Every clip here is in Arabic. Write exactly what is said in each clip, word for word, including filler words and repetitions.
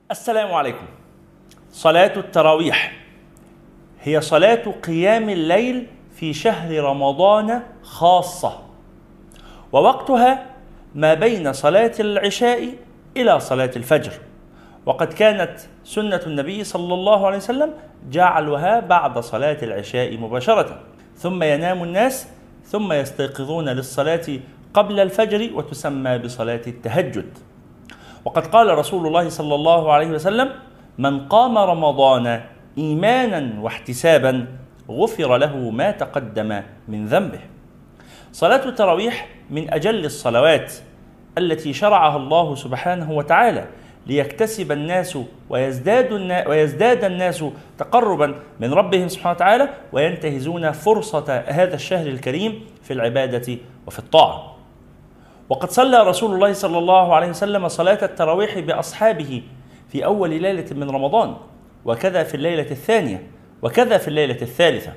السلام عليكم. صلاة التراويح هي صلاة قيام الليل في شهر رمضان خاصة، ووقتها ما بين صلاة العشاء إلى صلاة الفجر، وقد كانت سنة النبي صلى الله عليه وسلم جعلها بعد صلاة العشاء مباشرة، ثم ينام الناس ثم يستيقظون للصلاة قبل الفجر، وتسمى بصلاة التهجد. وقد قال رسول الله صلى الله عليه وسلم: من قام رمضان إيمانا واحتسابا غفر له ما تقدم من ذنبه. صلاة التراويح من أجل الصلوات التي شرعها الله سبحانه وتعالى ليكتسب الناس ويزداد ويزداد الناس تقربا من ربهم سبحانه وتعالى، وينتهزون فرصة هذا الشهر الكريم في العبادة وفي الطاعة. وقد صلى رسول الله صلى الله عليه وسلم صلاة التراويح بأصحابه في أول ليلة من رمضان، وكذا في الليلة الثانية، وكذا في الليلة الثالثة.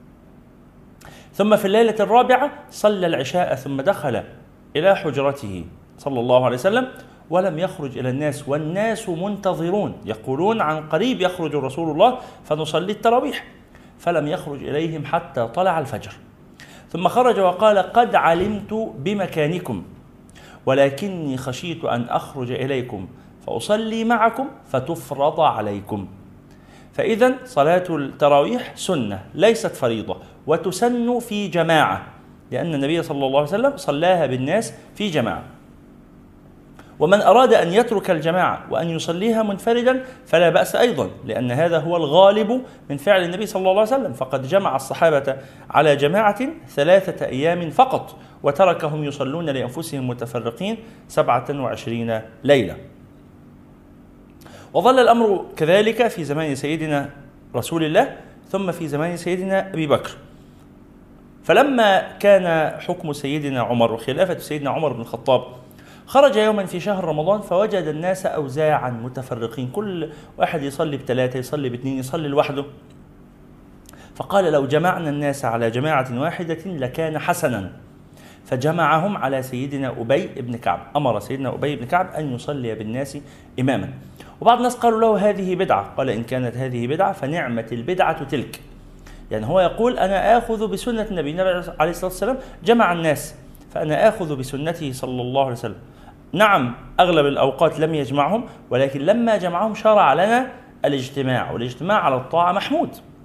ثم في الليلة الرابعة صلى العشاء ثم دخل إلى حجرته صلى الله عليه وسلم، ولم يخرج إلى الناس والناس منتظرون، يقولون عن قريب يخرج رسول الله فنصلي التراويح، فلم يخرج إليهم حتى طلع الفجر. ثم خرج وقال: قد علمت بمكانكم ولكني خشيت أن أخرج إليكم فأصلي معكم فتفرض عليكم. فإذا صلاة التراويح سنة ليست فريضة، وتسن في جماعة، لأن النبي صلى الله عليه وسلم صلاها بالناس في جماعة. ومن أراد أن يترك الجماعة وأن يصليها منفردا فلا بأس أيضا، لأن هذا هو الغالب من فعل النبي صلى الله عليه وسلم، فقد جمع الصحابة على جماعة ثلاثة أيام فقط، وتركهم يصلون لأنفسهم متفرقين سبعة وعشرين ليلة. وظل الأمر كذلك في زمان سيدنا رسول الله، ثم في زمان سيدنا أبي بكر. فلما كان حكم سيدنا عمر وخلافة سيدنا عمر بن الخطاب، خرج يوما في شهر رمضان فوجد الناس أوزاعا متفرقين، كل واحد يصلي بثلاثة، يصلي باثنين، يصلي لوحده. فقال: لو جمعنا الناس على جماعة واحدة لكان حسنا. فجمعهم على سيدنا أبي بن كعب، أمر سيدنا أبي بن كعب أن يصلي بالناس إماما. وبعض الناس قالوا له: هذه بدعة. قال: إن كانت هذه بدعة فنعمة البدعة تلك. يعني هو يقول: أنا آخذ بسنة النبي، النبي عليه الصلاة والسلام جمع الناس، فأنا آخذ بسنته صلى الله عليه وسلم. نعم، أغلب الأوقات لم يجمعهم، ولكن لما جمعهم شرع لنا الاجتماع، والاجتماع على الطاعة محمود.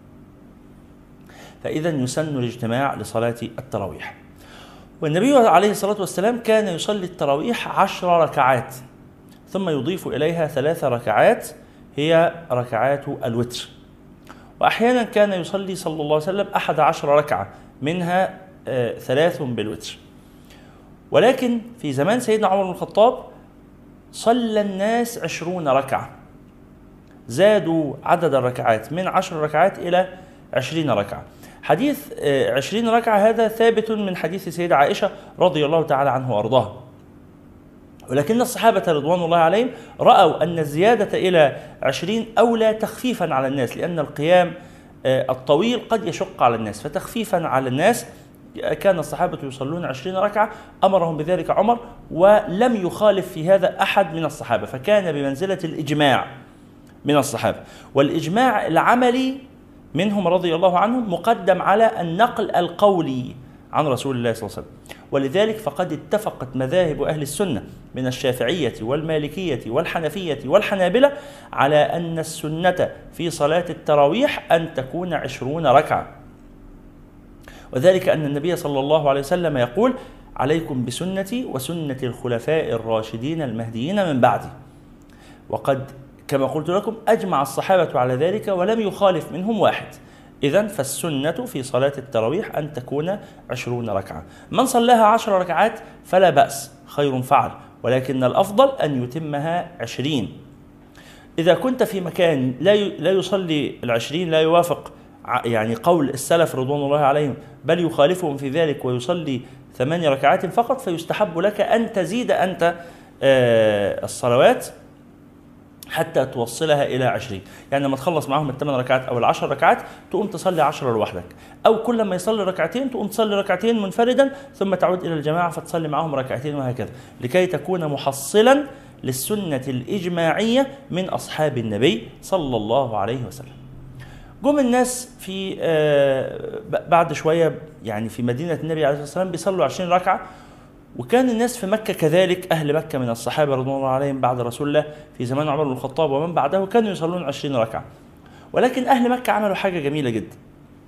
فإذا يسن الاجتماع لصلاة التراويح. والنبي عليه الصلاة والسلام كان يصلي التراويح عشر ركعات، ثم يضيف إليها ثلاث ركعات هي ركعات الوتر. وأحيانا كان يصلي صلى الله عليه وسلم أحد عشر ركعة، منها آه ثلاث بالوتر. ولكن في زمان سيدنا عمر بن الخطاب صلى الناس عشرون ركعة، زادوا عدد الركعات من عشر ركعات إلى عشرين ركعة. حديث عشرين ركعة هذا ثابت من حديث سيدة عائشة رضي الله تعالى عنه وأرضاها، ولكن الصحابة رضوان الله عليهم رأوا أن الزيادة إلى عشرين أولى تخفيفا على الناس، لأن القيام الطويل قد يشق على الناس، فتخفيفا على الناس كان الصحابة يصلون عشرين ركعة، أمرهم بذلك عمر، ولم يخالف في هذا أحد من الصحابة، فكان بمنزلة الإجماع من الصحابة. والإجماع العملي منهم رضي الله عنهم مقدم على النقل القولي عن رسول الله صلى الله عليه وسلم. ولذلك فقد اتفقت مذاهب أهل السنة من الشافعية والمالكية والحنفية والحنابلة على أن السنة في صلاة التراويح أن تكون عشرون ركعة، وذلك أن النبي صلى الله عليه وسلم يقول: عليكم بسنتي وسنة الخلفاء الراشدين المهديين من بعدي. وقد كما قلت لكم أجمع الصحابة على ذلك ولم يخالف منهم واحد. إذن فالسنة في صلاة التراويح أن تكون عشرون ركعة. من صلاها عشر ركعات فلا بأس، خير فعل، ولكن الأفضل أن يتمها عشرين. إذا كنت في مكان لا يصلي العشرين، لا يوافق يعني قول السلف رضوان الله عليهم، بل يخالفهم في ذلك ويصلي ثمان ركعات فقط، فيستحب لك أن تزيد أنت الصلوات حتى توصلها إلى عشرين. يعني لما تخلص معهم الثمان ركعات أو العشر ركعات تقوم تصلي عشرة لوحدك، أو كل ما يصلي ركعتين تقوم تصلي ركعتين منفردا، ثم تعود إلى الجماعة فتصلي معهم ركعتين، وهكذا، لكي تكون محصلا للسنة الإجماعية من أصحاب النبي صلى الله عليه وسلم. جم الناس في بعد شوية يعني في مدينة النبي عليه الصلاة والسلام بيصلوا عشرين ركعة، وكان الناس في مكة كذلك، أهل مكة من الصحابة رضوان الله عليهم بعد رسول الله في زمان عمر بن الخطاب ومن بعده كانوا يصلون عشرين ركعة. ولكن أهل مكة عملوا حاجة جميلة جدا،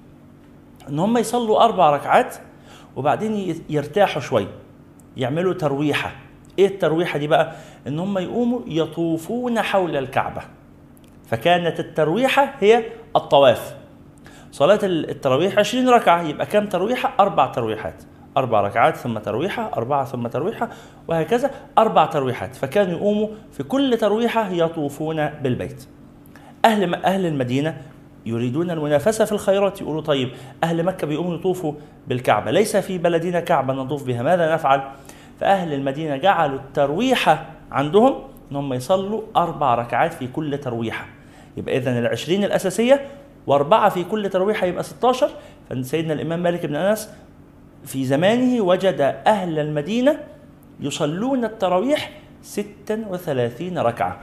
إن هم يصلوا أربع ركعات وبعدين يرتاحوا شوية، يعملوا ترويحة. إيه الترويحة دي بقى؟ إن هم يقوموا يطوفون حول الكعبة، فكانت الترويحة هي الطواف. صلاة التراويح عشرين ركعة، يبقى كام ترويحة؟ أربع ترويحات، أربع ركعات ثم ترويحة، أربعة ثم ترويحة، وهكذا أربع ترويحات. فكانوا يقوموا في كل ترويحة يطوفون بالبيت. أهل أهل المدينة يريدون المنافسة في الخيرات، يقولوا طيب أهل مكة بيقوموا يطوفوا بالكعبة، ليس في بلدنا كعبة نطوف بها، ماذا نفعل؟ فأهل المدينة جعلوا الترويحة عندهم إن هم يصلوا أربع ركعات في كل ترويحة، يبقى إذن العشرين الأساسية وأربعة في كل ترويحة يبقى ستاشر. فسيدنا الإمام مالك بن أنس في زمانه وجد أهل المدينة يصلون التراويح ستا وثلاثين ركعة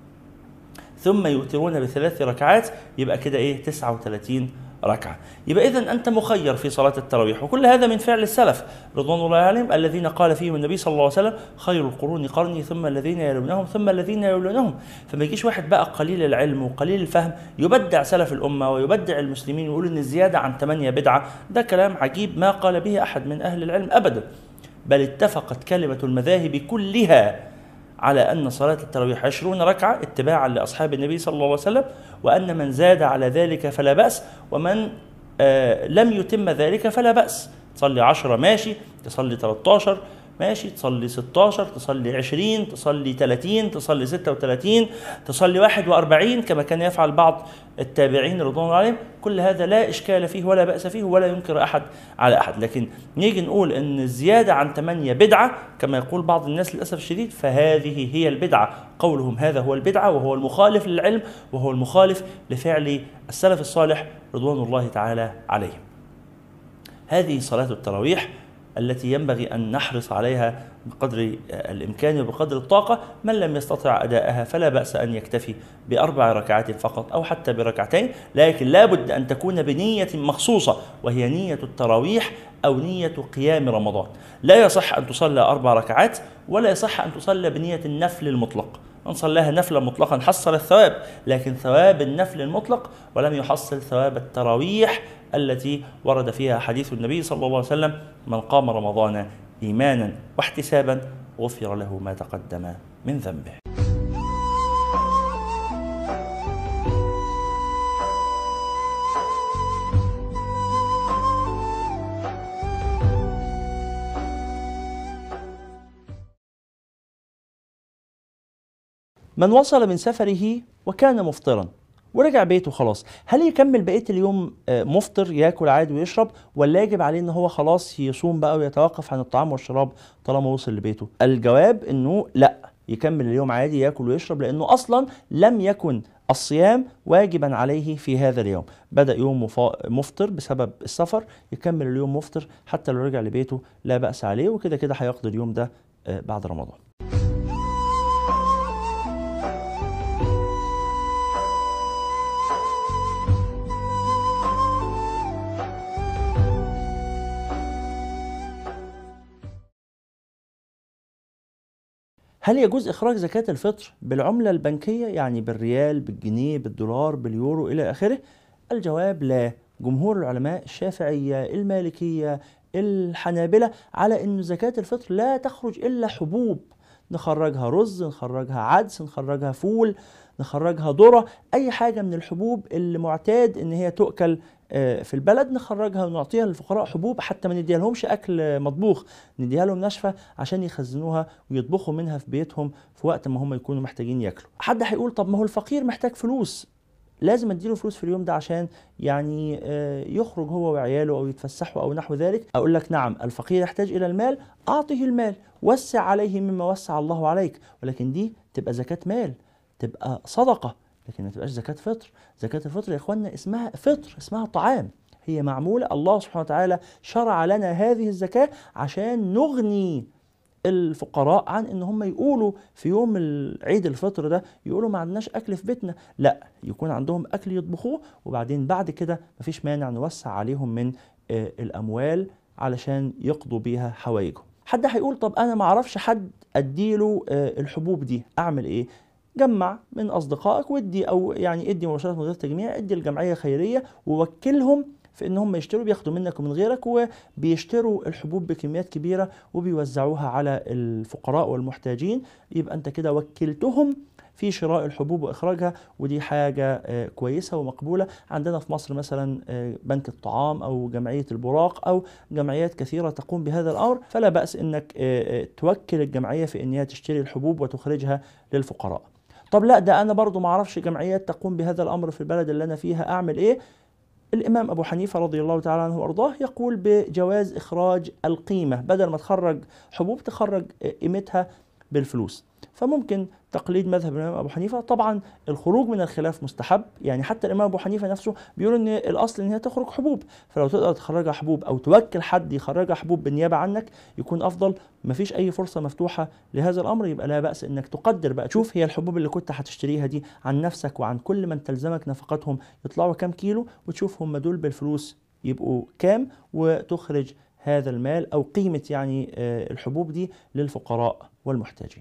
ثم يوترون بثلاث ركعات، يبقى كده إيه؟ تسعة وثلاثين ركعة. يبقى إذن أنت مخير في صلاة التراويح، وكل هذا من فعل السلف رضوان الله عليهم الذين قال فيهم النبي صلى الله عليه وسلم خير القرون قرني ثم الذين يلونهم ثم الذين يلونهم. فما يجيش واحد بقى قليل العلم وقليل الفهم يبدع سلف الأمة ويبدع المسلمين ويقول إن الزيادة عن ثمانية بدعة. ده كلام عجيب ما قال به أحد من أهل العلم أبدا، بل اتفقت كلمة المذاهب كلها على أن صلاة التراويح عشرون ركعة اتباعا لأصحاب النبي صلى الله عليه وسلم، وأن من زاد على ذلك فلا بأس، ومن آه لم يتم ذلك فلا بأس. تصلي عشرة ماشي، تصلي ثلاثة عشر ماشي، تصلي ستة عشر، تصلي عشرين، تصلي ثلاثين، تصلي ستة وثلاثين، تصلي واحد وأربعين كما كان يفعل بعض التابعين رضوان الله عليهم. كل هذا لا إشكال فيه ولا بأس فيه ولا ينكر أحد على أحد. لكن نيجي نقول أن الزيادة عن ثمانية بدعة كما يقول بعض الناس للأسف الشديد، فهذه هي البدعة. قولهم هذا هو البدعة، وهو المخالف للعلم وهو المخالف لفعل السلف الصالح رضوان الله تعالى عليهم. هذه صلاة التراويح التي ينبغي أن نحرص عليها بقدر الإمكان وبقدر الطاقة. من لم يستطع أداءها فلا بأس أن يكتفي بأربع ركعات فقط أو حتى بركعتين، لكن لا بد أن تكون بنية مخصوصة، وهي نية التراويح أو نية قيام رمضان. لا يصح أن تصلى أربع ركعات ولا يصح أن تصلى بنية النفل المطلق. من صلاها نفلا مطلقا حصل الثواب، لكن ثواب النفل المطلق ولم يحصل ثواب التراويح التي ورد فيها حديث النبي صلى الله عليه وسلم من قام رمضان إيمانا واحتسابا غفر له ما تقدم من ذنبه. من وصل من سفره وكان مفطرا ورجع بيته خلاص، هل يكمل بقية اليوم مفطر ياكل عادي ويشرب، ولا يجب عليه ان هو خلاص يصوم بقى ويتوقف عن الطعام والشراب طالما وصل لبيته؟ الجواب انه لا، يكمل اليوم عادي ياكل ويشرب، لانه اصلا لم يكن الصيام واجبا عليه في هذا اليوم. بدأ يوم مفطر بسبب السفر، يكمل اليوم مفطر حتى لو رجع لبيته لا بأس عليه، وكده كده هيقضي اليوم ده بعد رمضان. هل يجوز إخراج زكاة الفطر بالعملة البنكية، يعني بالريال، بالجنيه، بالدولار، باليورو إلى آخره؟ الجواب لا. جمهور العلماء الشافعية، المالكية، الحنابلة على أن زكاة الفطر لا تخرج إلا حبوب، نخرجها رز، نخرجها عدس، نخرجها فول، نخرجها ذرة، أي حاجة من الحبوب اللي معتاد أن هي تؤكل في البلد نخرجها ونعطيها للفقراء حبوب، حتى ما نديها لهمش أكل مطبوخ، نديها لهم ناشفة عشان يخزنوها ويطبخوا منها في بيتهم في وقت ما هم يكونوا محتاجين ياكلوا. حد هيقول طب ما هو الفقير محتاج فلوس، لازم اديله فلوس في اليوم ده عشان يعني يخرج هو وعياله او يتفسحوا او نحو ذلك. اقول لك نعم، الفقير يحتاج الى المال، اعطه المال، وسع عليه مما وسع الله عليك، ولكن دي تبقى زكاة مال، تبقى صدقة، لكن ما تبقاش زكاة فطر. زكاة الفطر يا اخوانا اسمها فطر، اسمها طعام، هي معمولة، الله سبحانه وتعالى شرع لنا هذه الزكاة عشان نغني الفقراء عن ان هم يقولوا في يوم العيد الفطر ده يقولوا ما عندناش اكل في بيتنا، لا، يكون عندهم اكل يطبخوه، وبعدين بعد كده مفيش مانع نوسع عليهم من آه الاموال علشان يقضوا بيها حوائجهم. حد هيقول طب انا ما اعرفش حد اديله آه الحبوب دي، اعمل ايه؟ جمع من اصدقائك وادي، او يعني ادي مباشره من غير تجميع، ادي الجمعيه خيريه ووكلهم في ان هم يشتروا، بياخدوا منك ومن غيرك، وبيشتروا الحبوب بكميات كبيره وبيوزعوها على الفقراء والمحتاجين. يبقى انت كده وكلتهم في شراء الحبوب واخراجها، ودي حاجه كويسه ومقبوله. عندنا في مصر مثلا بنك الطعام او جمعيه البراق او جمعيات كثيره تقوم بهذا الامر، فلا باس انك توكل الجمعيه في ان هي تشتري الحبوب وتخرجها للفقراء. طب لا، ده انا برضو ما اعرفش جمعيات تقوم بهذا الامر في البلد اللي انا فيها، اعمل ايه؟ الإمام أبو حنيفة رضي الله تعالى عنه وأرضاه يقول بجواز إخراج القيمة، بدل ما تخرج حبوب تخرج قيمتها بالفلوس. فممكن تقليد مذهب الإمام أبو حنيفة. طبعا الخروج من الخلاف مستحب، يعني حتى الإمام أبو حنيفة نفسه بيقول إن الأصل إن هي تخرج حبوب، فلو تقدر تخرجها حبوب أو توكل حد يخرجها حبوب بالنيابة عنك يكون أفضل. مفيش أي فرصة مفتوحة لهذا الأمر، يبقى لا بأس إنك تقدر بقى، تشوف هي الحبوب اللي كنت هتشتريها دي عن نفسك وعن كل من تلزمك نفقتهم يطلعوا كام كيلو، وتشوف هم دول بالفلوس يبقوا كام، وتخرج هذا المال أو قيمة يعني الحبوب دي للفقراء والمحتاجين.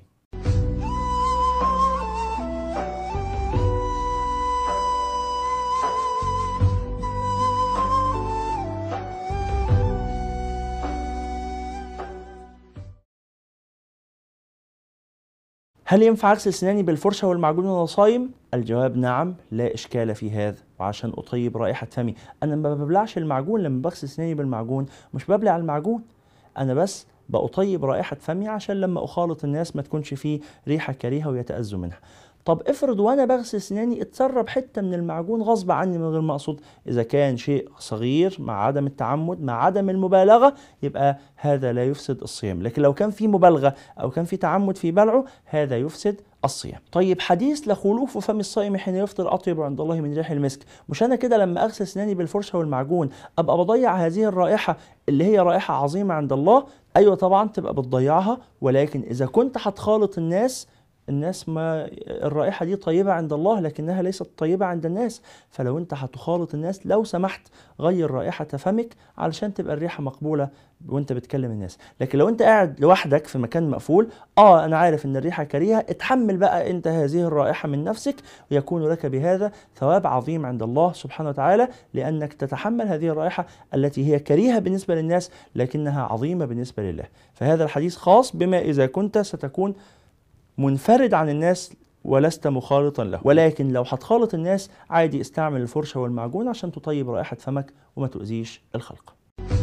هل ينفع أغسل سناني بالفرشة والمعجون وأنا صايم؟ الجواب نعم، لا إشكال في هذا. وعشان أطيب رائحة فمي، أنا ما ببلعش المعجون لما بغسل سناني بالمعجون، مش ببلع المعجون، أنا بس بأطيب رائحة فمي عشان لما أخالط الناس ما تكونش فيه ريحة كريهة ويتأذوا منها. طب افرض وانا بغسل سناني اتسرب حته من المعجون غصب عني من غير ما اقصد، اذا كان شيء صغير مع عدم التعمد مع عدم المبالغه يبقى هذا لا يفسد الصيام، لكن لو كان في مبالغه او كان في تعمد في بلعه هذا يفسد الصيام. طيب حديث لخلوف فم الصائم حين يفطر اطيب عند الله من ريح المسك، مش انا كده لما اغسل سناني بالفرشه والمعجون ابقى بضيع هذه الرائحه اللي هي رائحه عظيمه عند الله؟ ايوه طبعا تبقى بتضيعها، ولكن اذا كنت هتخالط الناس، الناس ما الرائحة دي طيبة عند الله لكنها ليست طيبة عند الناس، فلو انت هتخالط الناس لو سمحت غير رائحة فمك علشان تبقى الريحة مقبولة وانت بتكلم الناس. لكن لو انت قاعد لوحدك في مكان مقفول، اه انا عارف ان الريحة كريهة، اتحمل بقى انت هذه الرائحة من نفسك، ويكون لك بهذا ثواب عظيم عند الله سبحانه وتعالى، لانك تتحمل هذه الرائحة التي هي كريهة بالنسبة للناس لكنها عظيمة بالنسبة لله. فهذا الحديث خاص بما اذا كنت ستكون منفرد عن الناس ولست مخالطا له، ولكن لو هتخالط الناس عادي استعمل الفرشة والمعجون عشان تطيب رائحة فمك وما تؤذيش الخلق.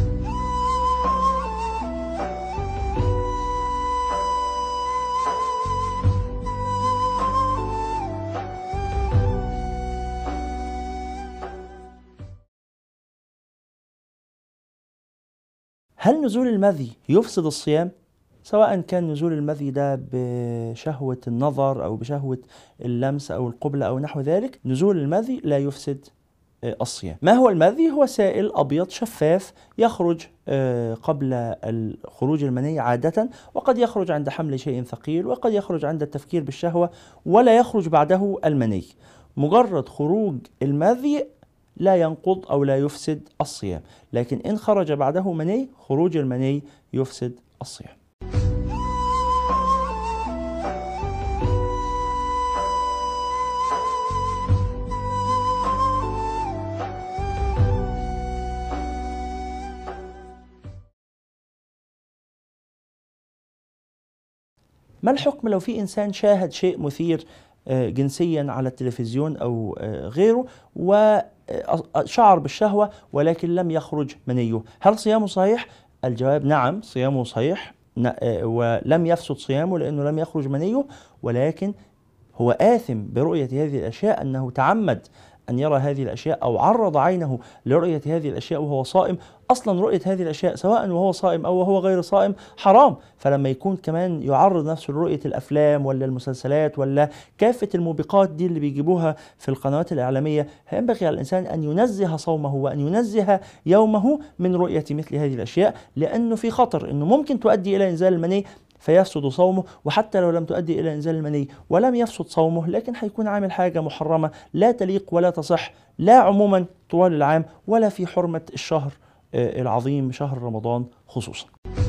هل نزول المذي يفسد الصيام؟ سواء كان نزول المذي ده بشهوة النظر أو بشهوة اللمس أو القبلة أو نحو ذلك، نزول المذي لا يفسد الصيام. ما هو المذي؟ هو سائل أبيض شفاف يخرج قبل خروج المني عادة، وقد يخرج عند حمل شيء ثقيل، وقد يخرج عند التفكير بالشهوة، ولا يخرج بعده المني. مجرد خروج المذي لا ينقض أو لا يفسد الصيام، لكن إن خرج بعده مني، خروج المني يفسد الصيام. ما الحكم لو في إنسان شاهد شيء مثير جنسيا على التلفزيون أو غيره وشعر بالشهوة ولكن لم يخرج منيه، هل صيامه صحيح؟ الجواب نعم، صيامه صحيح ولم يفسد صيامه لأنه لم يخرج منيه، ولكن هو آثم برؤية هذه الأشياء، أنه تعمد أن يرى هذه الأشياء أو عرض عينه لرؤية هذه الأشياء وهو صائم. أصلا رؤية هذه الأشياء سواء وهو صائم أو وهو غير صائم حرام، فلما يكون كمان يعرض نفسه لرؤية الأفلام ولا المسلسلات ولا كافة الموبقات دي اللي بيجيبوها في القنوات الإعلامية، ينبغي على الإنسان أن ينزه صومه وأن ينزه يومه من رؤية مثل هذه الأشياء، لأنه في خطر أنه ممكن تؤدي إلى إنزال المني فيفسد صومه، وحتى لو لم تؤدي إلى إنزال المني ولم يفسد صومه، لكن هيكون عامل حاجة محرمة لا تليق ولا تصح، لا عموما طوال العام ولا في حرمة الشهر العظيم شهر رمضان خصوصا.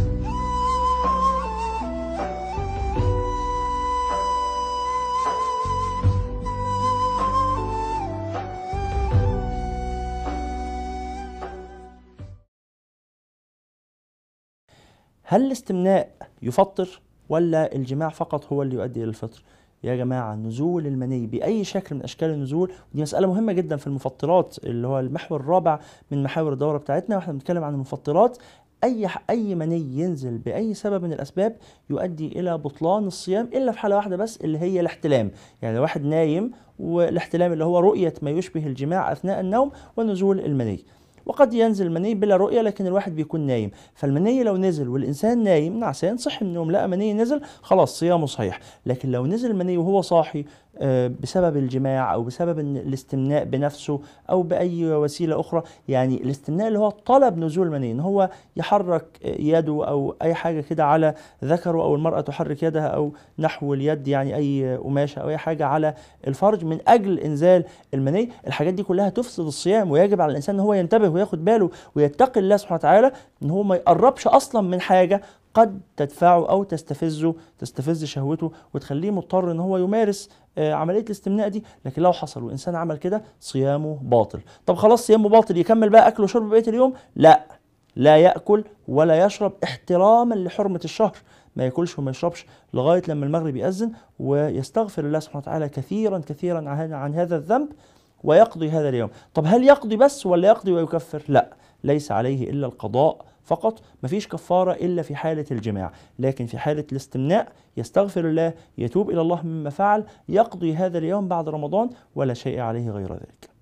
هل الاستمناء يفطر ولا الجماع فقط هو اللي يؤدي إلى الفطر؟ يا جماعة، نزول المني بأي شكل من أشكال النزول دي مسألة مهمة جدا في المفطرات، اللي هو المحور الرابع من محاور الدورة بتاعتنا، واحنا بنتكلم عن المفطرات. أي أي مني ينزل بأي سبب من الأسباب يؤدي إلى بطلان الصيام، إلا في حالة واحدة بس اللي هي الاحتلام. يعني واحد نايم، والاحتلام اللي هو رؤية ما يشبه الجماع أثناء النوم ونزول المني. وقد ينزل المني بلا رؤية لكن الواحد بيكون نايم، فالمني لو نزل والإنسان نايم نعسان صحي من النوم لقى مني نزل، خلاص صيامه صحيح. لكن لو نزل المني وهو صاحي بسبب الجماع أو بسبب الاستمناء بنفسه أو بأي وسيلة أخرى، يعني الاستمناء اللي هو طلب نزول المني، إن هو يحرك يده أو أي حاجة كده على ذكره، أو المرأة تحرك يدها أو نحو اليد، يعني أي قماشة أو أي حاجة على الفرج من أجل إنزال المني، الحاجات دي كلها تفسد الصيام، ويجب على الإنسان إن هو ينتبه وياخد باله ويتقي الله سبحانه وتعالى إن هو ما يقربش أصلا من حاجة قد تدفعه أو تستفزه تستفز شهوته وتخليه مضطر إن هو يمارس آه عملية الاستمناء دي. لكن لو حصل وإنسان عمل كده صيامه باطل. طب خلاص صيامه باطل، يكمل بقى أكل وشرب بقية اليوم؟ لا، لا يأكل ولا يشرب احتراما لحرمة الشهر، ما ياكلش وما يشربش لغاية لما المغرب يأذن، ويستغفر الله سبحانه وتعالى كثيرا كثيرا عن هذا الذنب ويقضي هذا اليوم. طب هل يقضي بس ولا يقضي ويكفر؟ لا، ليس عليه إلا القضاء فقط، مفيش كفارة إلا في حالة الجماع، لكن في حالة الاستمناء يستغفر الله، يتوب إلى الله مما فعل، يقضي هذا اليوم بعد رمضان ولا شيء عليه غير ذلك.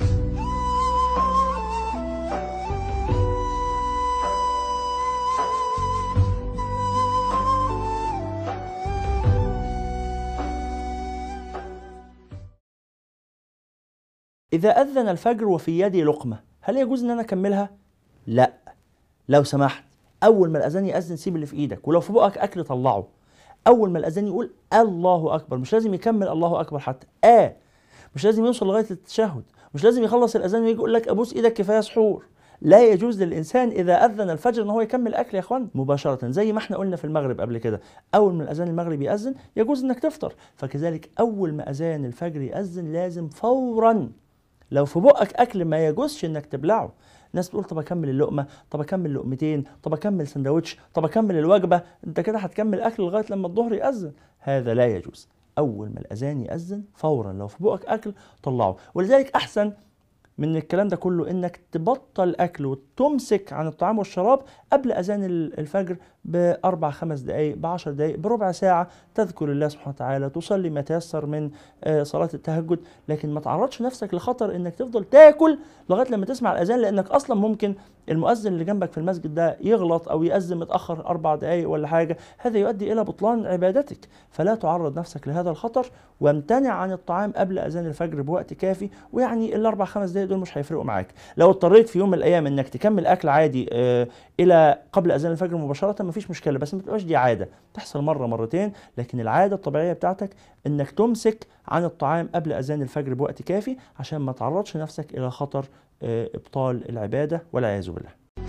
إذا أذن الفجر وفي يدي لقمة، هل يجوز إن أنا أكملها؟ لا، لو سمحت أول ما الأذان يأذن سيب اللي في إيدك، ولو في بقك أكل طلعه. أول ما الأذان يقول الله أكبر، مش لازم يكمل الله أكبر حتى، آه مش لازم يوصل لغاية التشهد، مش لازم يخلص الأذان ويجي يقول لك أبوس إيدك كفاية سحور. لا يجوز للإنسان إذا أذن الفجر إن هو يكمل أكل يا إخوان مباشرة، زي ما إحنا قلنا في المغرب قبل كده، أول ما الأذان المغرب يأذن يجوز إنك تفطر، فكذلك أول ما أذان الفجر يأذن لازم فورا، لو في بقك أكل ما يجوزش إنك تبلعه. الناس بتقول طب أكمل اللقمة، طب أكمل لقمتين، طب أكمل سندوتش، طب أكمل الوجبة، أنت كده هتكمل أكل لغاية لما الظهر يأذن، هذا لا يجوز. أول ما الأذان يأذن فورا لو في بقك أكل طلعه. ولذلك أحسن من الكلام ده كله إنك تبطل أكل وتمسك عن الطعام والشراب قبل أذان الفجر بأربع خمس دقايق، بعشر دقايق، بربع ساعة، تذكر الله سبحانه وتعالى، تصلي ما تيسر من صلاة التهجد، لكن ما تعرضش نفسك لخطر إنك تفضل تاكل لغاية لما تسمع الأذان، لأنك أصلا ممكن المؤذن اللي جنبك في المسجد ده يغلط أو يأذن متأخر أربع دقايق ولا حاجة، هذا يؤدي إلى بطلان عبادتك، فلا تعرض نفسك لهذا الخطر، وامتنع عن الطعام قبل أذان الفجر بوقت كافي، ويعني الأربع خمس دقايق دول مش هيفرقوا معاك. لو اضطريت في يوم من الأيام إنك تكمل أكل عادي آه إلى قبل أذان الفجر مباشرة مفيش مشكلة، بس ما تبقاش دي عادة، تحصل مرة مرتين، لكن العادة الطبيعية بتاعتك إنك تمسك عن الطعام قبل أذان الفجر بوقت كافي عشان ما تعرضش نفسك إلى خطر آه إبطال العبادة والعياذ بالله.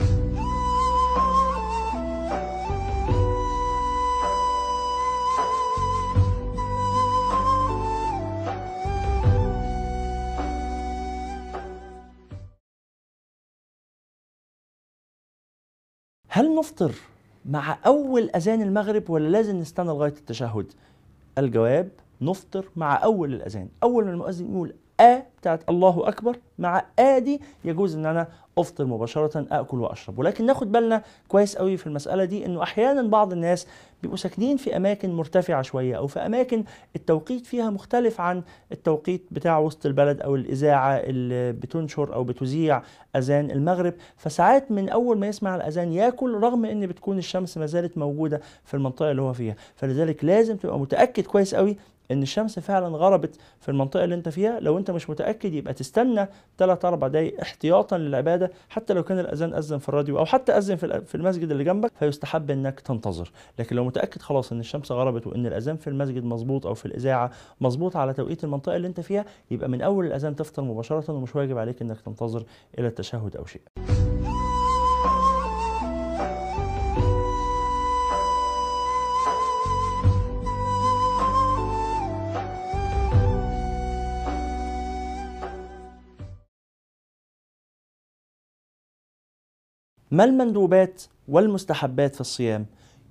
هل نفطر مع أول أذان المغرب ولا لازم نستنى لغاية التشهد؟ الجواب نفطر مع أول الأذان، أول ما المؤذن يقول آ بتاعت الله أكبر، مع آ دي يجوز إن أنا أفطر مباشرة، أكل وأشرب. ولكن ناخد بالنا كويس قوي في المسألة دي إنه أحيانا بعض الناس بيبقوا ساكنين في أماكن مرتفعة شوية، أو في أماكن التوقيت فيها مختلف عن التوقيت بتاع وسط البلد أو الإذاعة اللي بتنشر أو بتذيع أذان المغرب، فساعات من أول ما يسمع الأذان ياكل رغم إن بتكون الشمس ما زالت موجودة في المنطقة اللي هو فيها. فلذلك لازم تبقى متأكد كويس قوي ان الشمس فعلا غربت في المنطقه اللي انت فيها. لو انت مش متاكد يبقى تستنى ثلاث أربع دقايق احتياطا للعباده، حتى لو كان الاذان اذن في الراديو او حتى اذن في المسجد اللي جنبك، فيستحب انك تنتظر. لكن لو متاكد خلاص ان الشمس غربت وان الاذان في المسجد مظبوط او في الاذاعه مظبوط على توقيت المنطقه اللي انت فيها، يبقى من اول الاذان تفطر مباشره، ومش واجب عليك انك تنتظر الى التشهد او شيء. ما المندوبات والمستحبات في الصيام؟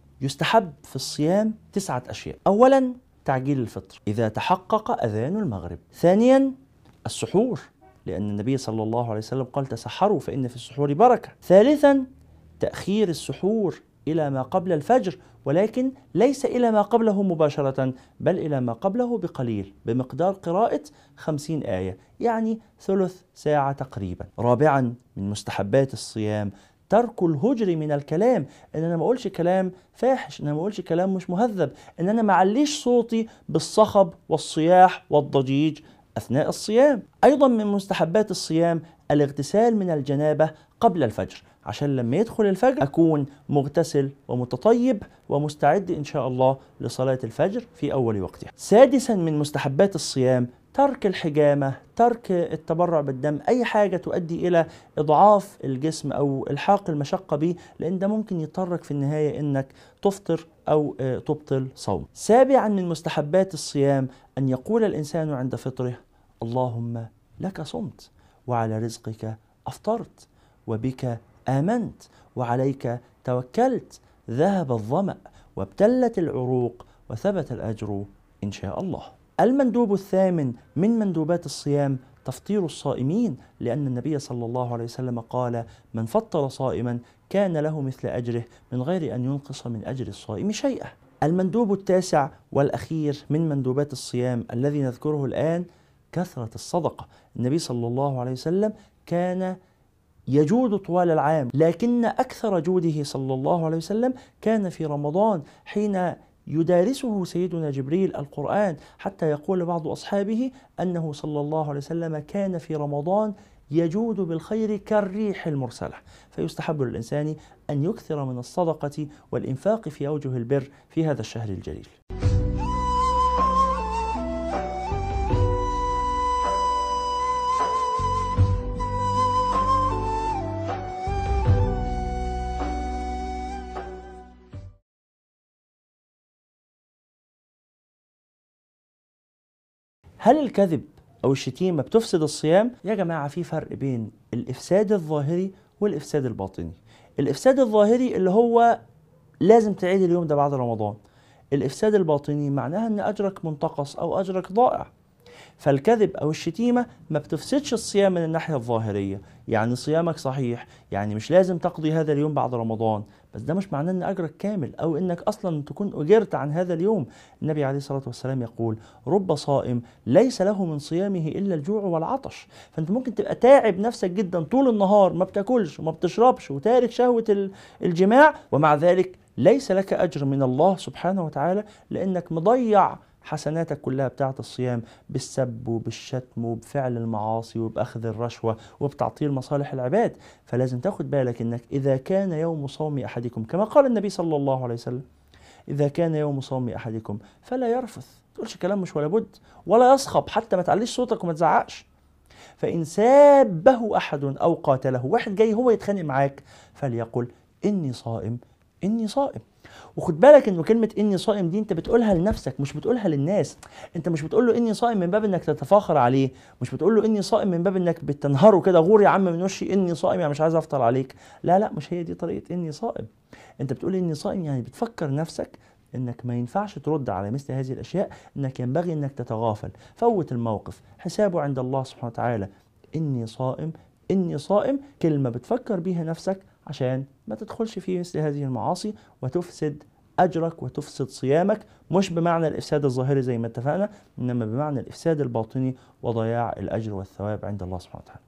يستحب في الصيام تسعة أشياء. أولا تعجيل الفطر إذا تحقق أذان المغرب. ثانيا السحور، لأن النبي صلى الله عليه وسلم قال تسحروا فإن في السحور بركة. ثالثا تأخير السحور إلى ما قبل الفجر، ولكن ليس إلى ما قبله مباشرة، بل إلى ما قبله بقليل بمقدار قراءة خمسين آية، يعني ثلث ساعة تقريبا. رابعا من مستحبات الصيام ترك الهجر من الكلام، ان انا ما اقولش كلام فاحش، ان انا ما اقولش كلام مش مهذب، ان انا ما اعليش صوتي بالصخب والصياح والضجيج اثناء الصيام. ايضا من مستحبات الصيام الاغتسال من الجنابة قبل الفجر، عشان لما يدخل الفجر اكون مغتسل ومتطيب ومستعد ان شاء الله لصلاة الفجر في اول وقتها. سادسا من مستحبات الصيام ترك الحجامة، ترك التبرع بالدم، أي حاجة تؤدي إلى إضعاف الجسم أو إلحاق المشقة به، لأن ده ممكن يضطرك في النهاية إنك تفطر أو تبطل صوم. سابعا من مستحبات الصيام أن يقول الإنسان عند فطره اللهم لك صمت وعلى رزقك أفطرت وبك آمنت وعليك توكلت، ذهب الظمأ وابتلت العروق وثبت الأجر إن شاء الله. المندوب الثامن من مندوبات الصيام تفطير الصائمين، لأن النبي صلى الله عليه وسلم قال من فطر صائما كان له مثل أجره من غير أن ينقص من أجر الصائم شيئا. المندوب التاسع والأخير من مندوبات الصيام الذي نذكره الآن كثرة الصدقة. النبي صلى الله عليه وسلم كان يجود طوال العام، لكن أكثر جوده صلى الله عليه وسلم كان في رمضان، حين يدارسه سيدنا جبريل القرآن، حتى يقول بعض أصحابه أنه صلى الله عليه وسلم كان في رمضان يجود بالخير كالريح المرسلة. فيستحب للإنسان أن يكثر من الصدقة والإنفاق في أوجه البر في هذا الشهر الجليل. هل الكذب أو الشتيمة بتفسد الصيام؟ يا جماعة في فرق بين الإفساد الظاهري والإفساد الباطني. الإفساد الظاهري اللي هو لازم تعيد اليوم ده بعد رمضان. الإفساد الباطني معناها أن أجرك منتقص أو أجرك ضائع. فالكذب أو الشتيمة ما بتفسدش الصيام من الناحية الظاهرية، يعني صيامك صحيح، يعني مش لازم تقضي هذا اليوم بعد رمضان، بس ده مش معناه أن أجرك كامل أو أنك أصلا تكون أجرت عن هذا اليوم. النبي عليه الصلاة والسلام يقول رب صائم ليس له من صيامه إلا الجوع والعطش. فأنت ممكن تبقى تاعب نفسك جدا طول النهار، ما بتاكلش وما بتشربش وتارك شهوة الجماع، ومع ذلك ليس لك أجر من الله سبحانه وتعالى، لأنك مضيع حسناتك كلها بتاعت الصيام بالسب وبالشتم وبفعل المعاصي وبأخذ الرشوة وبتعطيل مصالح العباد. فلازم تاخد بالك انك اذا كان يوم صوم احدكم كما قال النبي صلى الله عليه وسلم اذا كان يوم صوم احدكم فلا يرفث، ما تقولش كلام مش ولا بد، ولا يصخب، حتى ما تعليش صوتك وما تزعقش. فإن سابه أحد أو قاتله، واحد جاي هو يتخانق معاك، فليقل إني صائم إني صائم. وخد بالك انه كلمة اني صائم دي انت بتقولها لنفسك مش بتقولها للناس. انت مش بتقول له اني صائم من باب انك تتفاخر عليه، مش بتقول له اني صائم من باب انك بتنهره كده، غور يا عم من وشي اني صائم يعني مش عايز افطر عليك. لا لا، مش هي دي طريقة اني صائم. انت بتقول اني صائم يعني بتفكر نفسك انك ما ينفعش ترد على مثل هذه الاشياء، انك ينبغي انك تتغافل، فوت الموقف، حسابه عند الله سبحانه وتعالى. اني صائم اني صائم كلمة بتفكر بيها نفسك عشان ما تدخلش في مثل هذه المعاصي وتفسد أجرك وتفسد صيامك، مش بمعنى الإفساد الظاهري زي ما اتفقنا، إنما بمعنى الإفساد الباطني وضياع الأجر والثواب عند الله سبحانه وتعالى.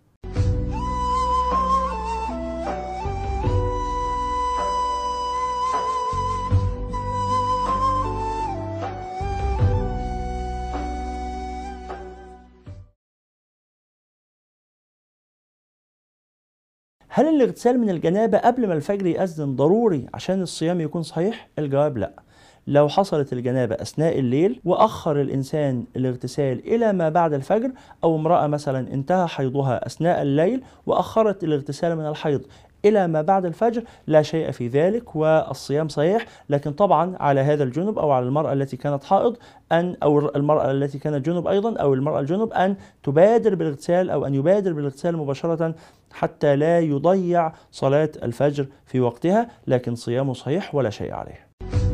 هل الاغتسال من الجنابة قبل ما الفجر يأذن ضروري عشان الصيام يكون صحيح؟ الجواب لا. لو حصلت الجنابة أثناء الليل وأخر الإنسان الاغتسال إلى ما بعد الفجر، أو امرأة مثلا انتهى حيضها أثناء الليل وأخرت الاغتسال من الحيض إلى ما بعد الفجر، لا شيء في ذلك والصيام صحيح. لكن طبعا على هذا الجنب أو على المرأة التي كانت حائض أن أو المرأة التي كانت جنب أيضا أو المرأة الجنب أن تبادر بالاغتسال أو أن يبادر بالاغتسال مباشرة حتى لا يضيع صلاة الفجر في وقتها، لكن صيامه صحيح ولا شيء عليه.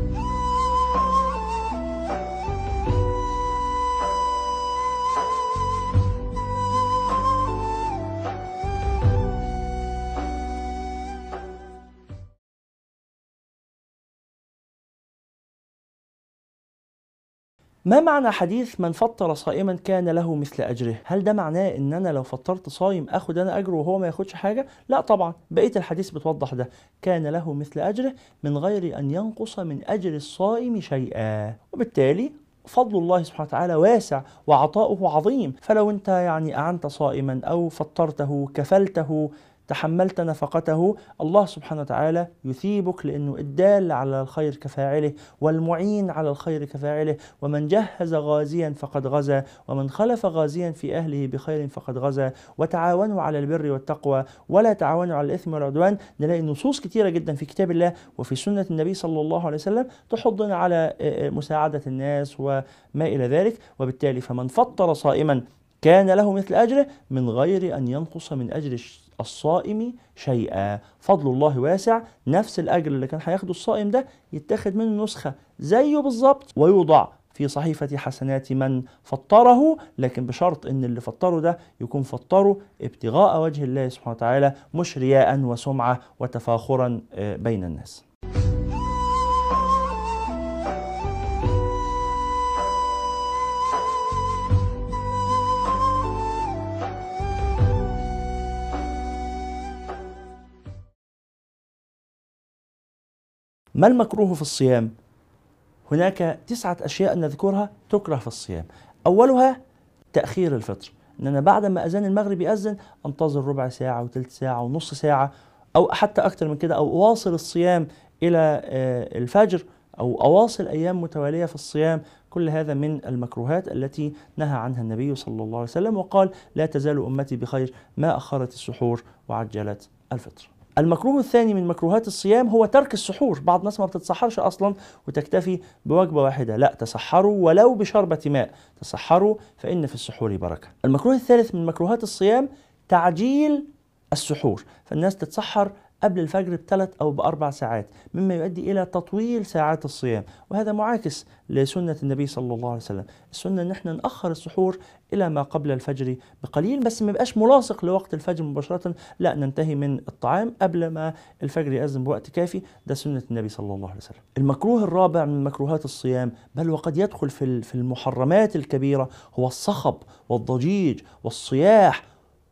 ما معنى حديث من فطر صائما كان له مثل أجره؟ هل ده معناه إن أنا لو فطرت صايم أخد أنا أجره وهو ما ياخدش حاجة؟ لا طبعا، بقية الحديث بتوضح ده. كان له مثل أجره من غير أن ينقص من أجر الصائم شيئا، وبالتالي فضل الله سبحانه وتعالى واسع وعطاؤه عظيم. فلو أنت يعني أعنت صائما أو فطرته كفلته تحملت نفقته، الله سبحانه وتعالى يثيبك، لأنه الدال على الخير كفاعله والمعين على الخير كفاعله. ومن جهز غازيا فقد غزا، ومن خلف غازيا في أهله بخير فقد غزا. وتعاونوا على البر والتقوى ولا تعاونوا على الإثم والعدوان. نلاقي نصوص كثيرة جدا في كتاب الله وفي سنة النبي صلى الله عليه وسلم تحضنا على مساعدة الناس وما إلى ذلك. وبالتالي فمن فطر صائما كان له مثل أجره من غير أن ينقص من أجر الصائم شيئا. فضل الله واسع، نفس الأجر اللي كان هياخده الصائم ده يتاخد منه نسخة زيه بالظبط ويوضع في صحيفة حسنات من فطره، لكن بشرط ان اللي فطره ده يكون فطره ابتغاء وجه الله سبحانه وتعالى، مش رياء وسمعة وتفاخرا بين الناس. ما المكروه في الصيام؟ هناك تسعة أشياء نذكرها تكره في الصيام. أولها تأخير الفطر، إن أنا بعد ما أذان المغرب يأذن أنتظر ربع ساعة وثلث ساعة ونص ساعة أو حتى أكثر من كده، أو أواصل الصيام إلى الفجر أو أواصل أيام متوالية في الصيام. كل هذا من المكروهات التي نهى عنها النبي صلى الله عليه وسلم، وقال لا تزال أمتي بخير ما أخرت السحور وعجلت الفطر. المكروه الثاني من مكروهات الصيام هو ترك السحور. بعض الناس ما بتتسحرش أصلا وتكتفي بوجبة واحدة، لا، تسحروا ولو بشربة ماء، تسحروا فإن في السحور بركة. المكروه الثالث من مكروهات الصيام تعجيل السحور، فالناس تتسحر قبل الفجر بثلاث أو بأربع ساعات، مما يؤدي إلى تطويل ساعات الصيام، وهذا معاكس لسنة النبي صلى الله عليه وسلم. السنة إن احنا نأخر السحور إلى ما قبل الفجر بقليل، بس ما يبقاش ملاصق لوقت الفجر مباشرة، لا، ننتهي من الطعام قبل ما الفجر يأذن بوقت كافي. ده سنة النبي صلى الله عليه وسلم. المكروه الرابع من مكروهات الصيام، بل وقد يدخل في في المحرمات الكبيرة، هو الصخب والضجيج والصياح،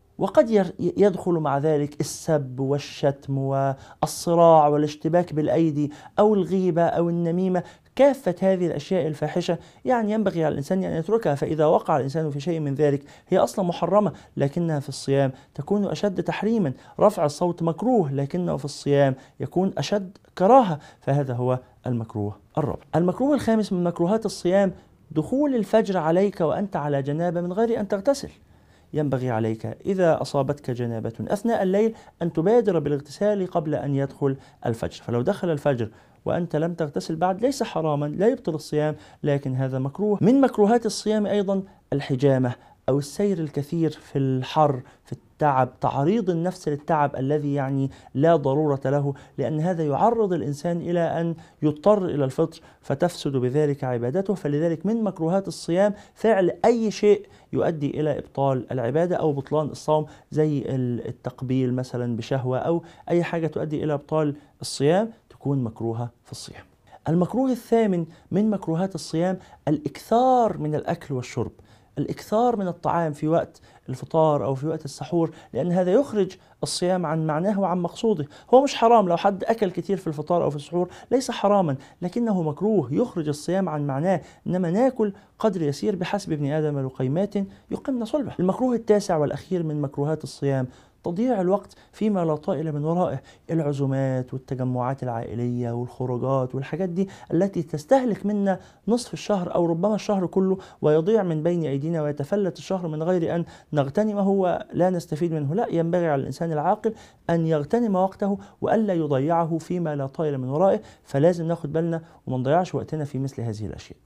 وقد يدخل مع ذلك السب والشتم والصراع والاشتباك بالأيدي أو الغيبة أو النميمة. كافة هذه الأشياء الفاحشة يعني ينبغي على الإنسان أن يتركها، فإذا وقع الإنسان في شيء من ذلك هي أصلا محرمة، لكنها في الصيام تكون أشد تحريما. رفع الصوت مكروه، لكنه في الصيام يكون أشد كراهة، فهذا هو المكروه الرابع. المكروه الخامس من مكروهات الصيام دخول الفجر عليك وأنت على جنابة من غير أن تغتسل. ينبغي عليك إذا أصابتك جنابة أثناء الليل أن تبادر بالاغتسال قبل أن يدخل الفجر. فلو دخل الفجر وأنت لم تغتسل بعد ليس حراما، لا يبطل الصيام، لكن هذا مكروه. من مكروهات الصيام أيضا الحجامة أو السير الكثير في الحر، في التعب، تعريض النفس للتعب الذي يعني لا ضرورة له، لأن هذا يعرض الإنسان إلى أن يضطر إلى الفطر فتفسد بذلك عبادته. فلذلك من مكروهات الصيام فعل أي شيء يؤدي إلى إبطال العبادة أو بطلان الصوم، زي التقبيل مثلا بشهوة أو أي حاجة تؤدي إلى إبطال الصيام تكون مكروهة في الصيام. المكروه الثامن من مكروهات الصيام الإكثار من الأكل والشرب، الإكثار من الطعام في وقت الفطار أو في وقت السحور، لأن هذا يخرج الصيام عن معناه وعن مقصوده. هو مش حرام لو حد أكل كتير في الفطار أو في السحور، ليس حراما، لكنه مكروه يخرج الصيام عن معناه. إنما ناكل قدر يسير بحسب ابن آدم لقيمات يقمن صلبه. المكروه التاسع والأخير من مكروهات الصيام تضييع الوقت فيما لا طائل من ورائه، العزومات والتجمعات العائلية والخروجات والحاجات دي التي تستهلك منا نصف الشهر أو ربما الشهر كله، ويضيع من بين أيدينا ويتفلت الشهر من غير أن نغتنمه ولا نستفيد منه. لا، ينبغي على الإنسان العاقل أن يغتنم وقته وألا يضيعه فيما لا طائل من ورائه، فلازم ناخد بالنا وما نضيعش وقتنا في مثل هذه الأشياء.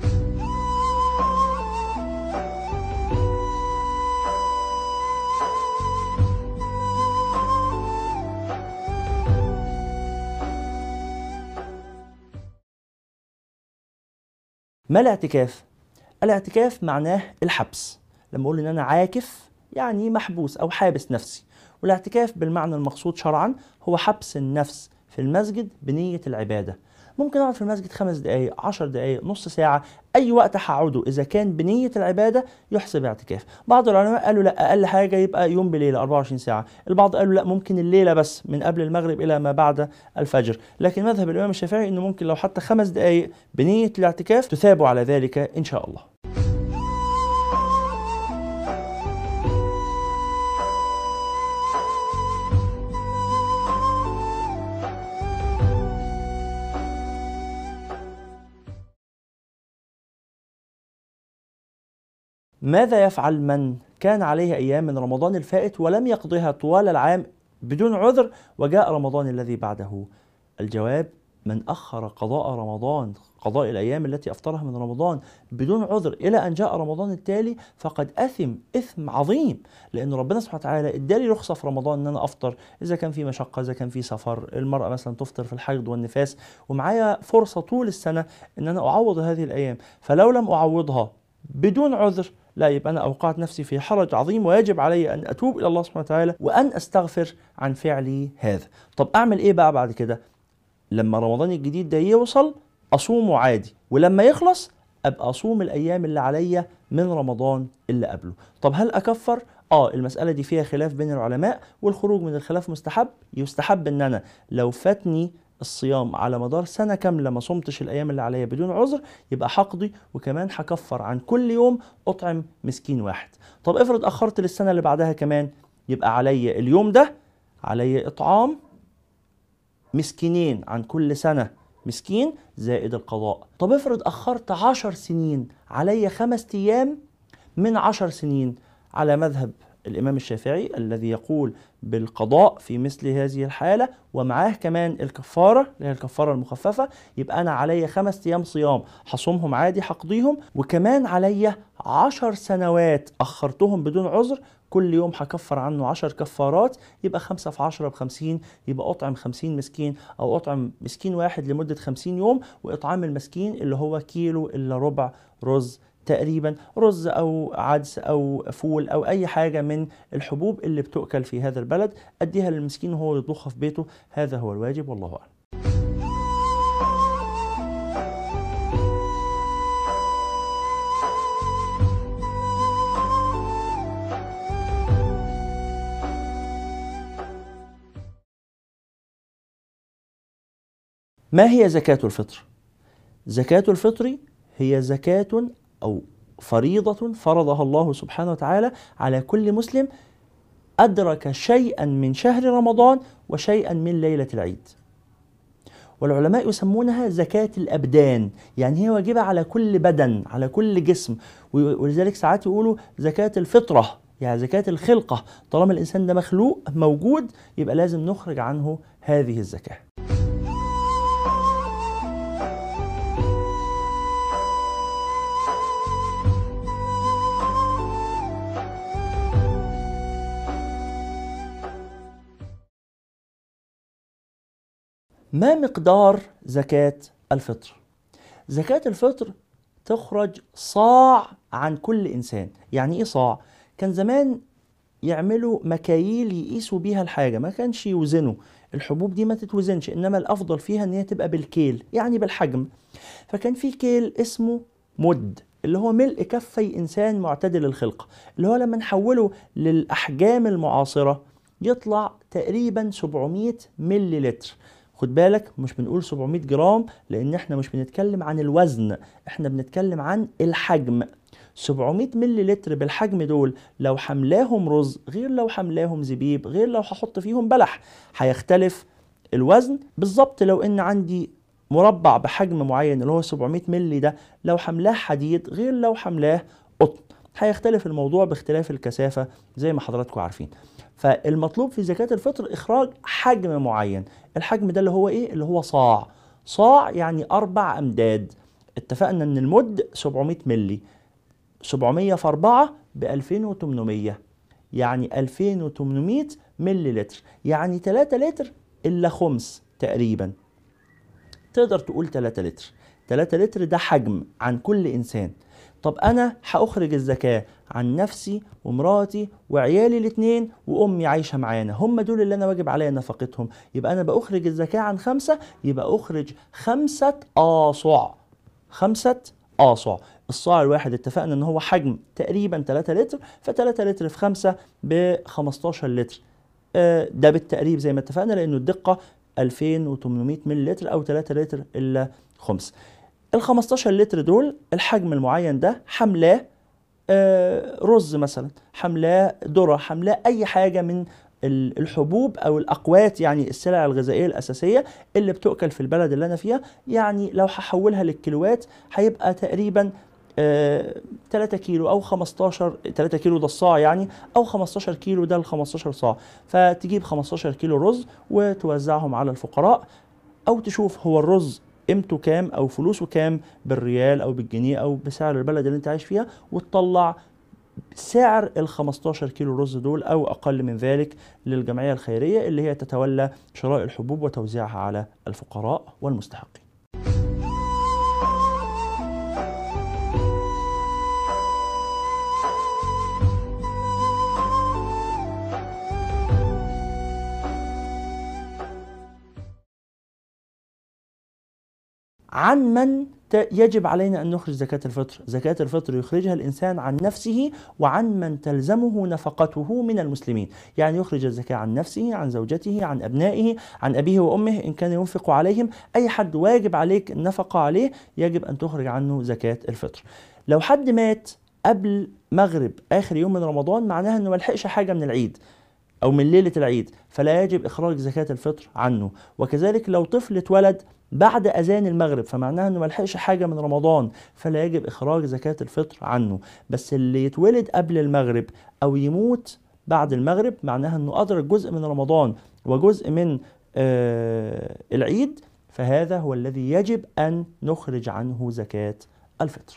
ما الاعتكاف؟ الاعتكاف معناه الحبس. لما أقول إن أنا عاكف يعني محبوس أو حابس نفسي، والاعتكاف بالمعنى المقصود شرعا هو حبس النفس في المسجد بنية العبادة. ممكن أقعد في المسجد خمس دقايق، عشر دقايق، نص ساعة، أي وقت هقعده إذا كان بنية العبادة يحسب اعتكاف. بعض العلماء قالوا لا، أقل حاجة يبقى يوم بليلة أربعة وعشرين ساعة. البعض قالوا لا، ممكن الليلة بس من قبل المغرب إلى ما بعد الفجر. لكن مذهب الإمام الشافعي إنه ممكن لو حتى خمس دقايق بنية الاعتكاف تثاب على ذلك إن شاء الله. ماذا يفعل من كان عليه أيام من رمضان الفائت ولم يقضيها طوال العام بدون عذر وجاء رمضان الذي بعده؟ الجواب: من أخر قضاء رمضان، قضاء الأيام التي أفطرها من رمضان بدون عذر إلى أن جاء رمضان التالي فقد أثم إثم عظيم، لأن ربنا سبحانه وتعالى إدالي رخصة في رمضان أن أنا أفطر إذا كان في مشقة، إذا كان في سفر، المرأة مثلا تفطر في الحيض والنفاس، ومعايا فرصة طول السنة أن أنا أعوض هذه الأيام. فلو لم أعوضها بدون عذر، لا، يبقى أنا أوقعت نفسي في حرج عظيم، ويجب علي أن أتوب إلى الله سبحانه وتعالى وأن أستغفر عن فعلي هذا. طب أعمل إيه بقى بعد كده؟ لما رمضان الجديد ده يوصل أصومه عادي، ولما يخلص أبقى أصوم الأيام اللي عليا من رمضان اللي قبله. طب هل أكفر؟ آه المسألة دي فيها خلاف بين العلماء، والخروج من الخلاف مستحب. يستحب إن أنا لو فاتني الصيام على مدار سنة كاملة ما صمتش الأيام اللي عليا بدون عذر، يبقى حقضي وكمان هكفر عن كل يوم أطعم مسكين واحد. طب افرض أخرت للسنة اللي بعدها كمان، يبقى عليا اليوم ده عليا إطعام مسكينين عن كل سنة، مسكين زائد القضاء. طب افرض أخرت عشر سنين، عليا خمس أيام من عشر سنين، على مذهب الإمام الشافعي الذي يقول بالقضاء في مثل هذه الحالة ومعاه كمان الكفارة اللي هي الكفارة المخففة. يبقى أنا عليا خمس أيام صيام هصومهم عادي هقضيهم، وكمان عليا عشر سنوات أخرتهم بدون عذر، كل يوم هكفر عنه عشر كفارات، يبقى خمسة في عشرة بخمسين، يبقى أطعم خمسين مسكين أو أطعم مسكين واحد لمدة خمسين يوم. وإطعام المسكين اللي هو كيلو إلا ربع رز تقريبا، رز أو عدس أو فول أو أي حاجة من الحبوب اللي بتؤكل في هذا البلد، أديها للمسكين وهو يطبخها في بيته. هذا هو الواجب، والله أعلم. ما هي زكاة الفطر؟ زكاة الفطر هي زكاة أو فريضة فرضها الله سبحانه وتعالى على كل مسلم أدرك شيئا من شهر رمضان وشيئا من ليلة العيد. والعلماء يسمونها زكاة الأبدان، يعني هي واجبة على كل بدن، على كل جسم. ولذلك ساعات يقولوا زكاة الفطرة، يعني زكاة الخلقة. طالما الإنسان ده مخلوق موجود يبقى لازم نخرج عنه هذه الزكاة. ما مقدار زكاة الفطر؟ زكاة الفطر تخرج صاع عن كل إنسان. يعني إيه صاع؟ كان زمان يعملوا مكاييل يقيسوا بيها الحاجة، ما كانش يوزنوا. الحبوب دي ما تتوزنش، إنما الأفضل فيها إن هي تبقى بالكيل، يعني بالحجم. فكان في كيل اسمه مد، اللي هو ملء كفي إنسان معتدل الخلقة، اللي هو لما نحوله للأحجام المعاصرة يطلع تقريبا سبعمائة ملي لتر. خد بالك مش بنقول سبعمائة جرام، لأن احنا مش بنتكلم عن الوزن، احنا بنتكلم عن الحجم. سبعمائة ملي لتر بالحجم دول لو حملاهم رز غير لو حملاهم زبيب غير لو هحط فيهم بلح، هيختلف الوزن. بالظبط لو ان عندي مربع بحجم معين اللي هو سبعمائة ملي ده، لو حملاه حديد غير لو حملاه قطن، هيختلف الموضوع باختلاف الكثافة زي ما حضراتكم عارفين. فالمطلوب في زكاة الفطر إخراج حجم معين. الحجم ده اللي هو إيه؟ اللي هو صاع. صاع يعني أربع أمداد. اتفقنا إن المد سبعمائة ملي، سبعمائة في أربعة ب ألفين وثمانمائة، يعني ألفين وثمانمائة ملي لتر، يعني ثلاثة لتر إلا خمس تقريبا. تقدر تقول ثلاثة لتر. ثلاثة لتر ده حجم عن كل إنسان. طب أنا هأخرج الزكاة عن نفسي ومراتي وعيالي الاثنين وأمي عايشة معانا، هم دول اللي أنا واجب عليا نفقتهم، يبقى أنا بأخرج الزكاة عن خمسة، يبقى أخرج خمسة آصع. خمسة آصع. الصاع الواحد اتفقنا إن هو حجم تقريبا ثلاثة لتر، ف3 لتر في خمسة ب خمستاشر لتر. ده بالتقريب زي ما اتفقنا، لأنه الدقة ألفين وثمانمائة ملي لتر أو ثلاثة لتر إلا خمس. ال خمستاشر لتر دول الحجم المعين ده حملاه آه رز مثلا، حملاه ذرة، حملاه أي حاجة من الحبوب أو الأقوات، يعني السلع الغذائية الأساسية اللي بتؤكل في البلد اللي أنا فيها. يعني لو هحولها للكيلوات هيبقى تقريبا آه ثلاثة كيلو أو خمستاشر، ثلاثة كيلو ده الصاع يعني، أو خمستاشر كيلو ده ال خمستاشر صاع. فتجيب خمستاشر كيلو رز وتوزعهم على الفقراء، أو تشوف هو الرز قيمته كام أو فلوسه كام بالريال أو بالجنيه أو بسعر البلد اللي أنت عايش فيها، وتطلع سعر ال خمستاشر كيلو رز دول أو أقل من ذلك للجمعية الخيرية اللي هي تتولى شراء الحبوب وتوزيعها على الفقراء والمستحقين. عن من يجب علينا أن نخرج زكاة الفطر؟ زكاة الفطر يخرجها الإنسان عن نفسه وعن من تلزمه نفقته من المسلمين. يعني يخرج الزكاة عن نفسه، عن زوجته، عن أبنائه، عن أبيه وأمه إن كان ينفق عليهم. أي حد واجب عليك النفقة عليه يجب أن تخرج عنه زكاة الفطر. لو حد مات قبل مغرب آخر يوم من رمضان معناها أنه ملحقش حاجة من العيد أو من ليلة العيد، فلا يجب إخراج زكاة الفطر عنه. وكذلك لو طفل اتولد بعد أذان المغرب فمعناها أنه ملحقش حاجة من رمضان، فلا يجب إخراج زكاة الفطر عنه. بس اللي يتولد قبل المغرب أو يموت بعد المغرب معناها أنه أدرك جزء من رمضان وجزء من آه العيد، فهذا هو الذي يجب أن نخرج عنه زكاة الفطر.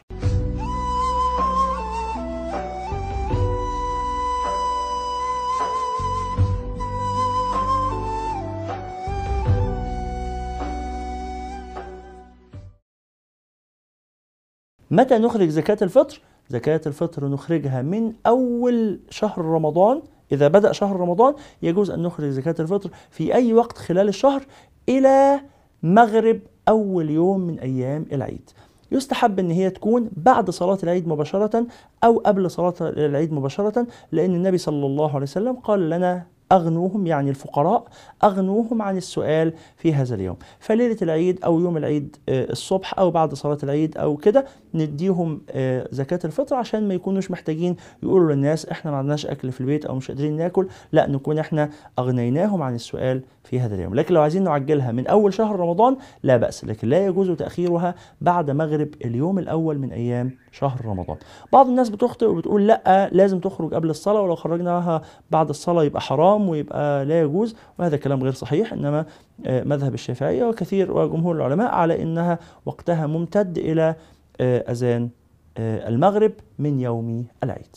متى نخرج زكاة الفطر؟ زكاة الفطر نخرجها من أول شهر رمضان. إذا بدأ شهر رمضان يجوز أن نخرج زكاة الفطر في أي وقت خلال الشهر إلى مغرب أول يوم من أيام العيد. يستحب أن هي تكون بعد صلاة العيد مباشرة أو قبل صلاة العيد مباشرة، لأن النبي صلى الله عليه وسلم قال لنا أغنوهم، يعني الفقراء أغنوهم عن السؤال في هذا اليوم. فليلة العيد أو يوم العيد الصبح أو بعد صلاة العيد أو كده نديهم زكاة الفطر عشان ما يكونوش محتاجين يقولوا للناس إحنا ما عندناش أكل في البيت أو مش قادرين ناكل، لا نكون إحنا أغنيناهم عن السؤال في هذا اليوم. لكن لو عايزين نعجلها من أول شهر رمضان لا بأس، لكن لا يجوز تأخيرها بعد مغرب اليوم الأول من أيام شهر رمضان. بعض الناس بتخطئ وبتقول لا لازم تخرج قبل الصلاة، ولو خرجناها بعد الصلاة يبقى حرام ويبقى لا يجوز، وهذا كلام غير صحيح. إنما مذهب الشافعية وكثير وجمهور العلماء على إنها وقتها ممتد إلى أذان المغرب من يوم العيد.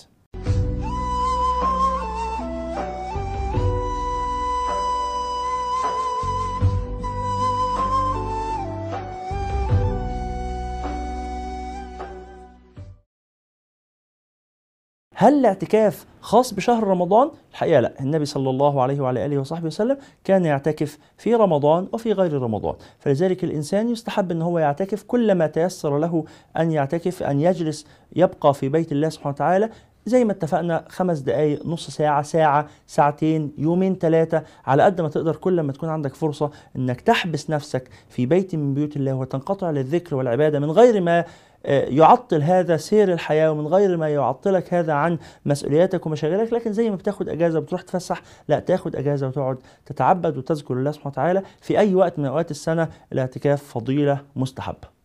هل الاعتكاف خاص بشهر رمضان؟ الحقيقة لا، النبي صلى الله عليه وعلى آله وصحبه وسلم كان يعتكف في رمضان وفي غير رمضان، فلذلك الإنسان يستحب أن هو يعتكف كلما تيسر له أن يعتكف، أن يجلس يبقى في بيت الله سبحانه وتعالى زي ما اتفقنا، خمس دقايق، نص ساعة، ساعة، ساعتين، يومين، ثلاثة، على قد ما تقدر. كل ما تكون عندك فرصة انك تحبس نفسك في بيت من بيوت الله وتنقطع للذكر والعبادة من غير ما يعطل هذا سير الحياة، ومن غير ما يعطلك هذا عن مسؤولياتك ومشاغلك، لكن زي ما بتاخد اجازة وبتروح تفسح، لا، تاخد اجازة وتقعد تتعبد وتذكر الله سبحانه وتعالى في اي وقت من اوقات السنة. الاعتكاف فضيلة مستحبة.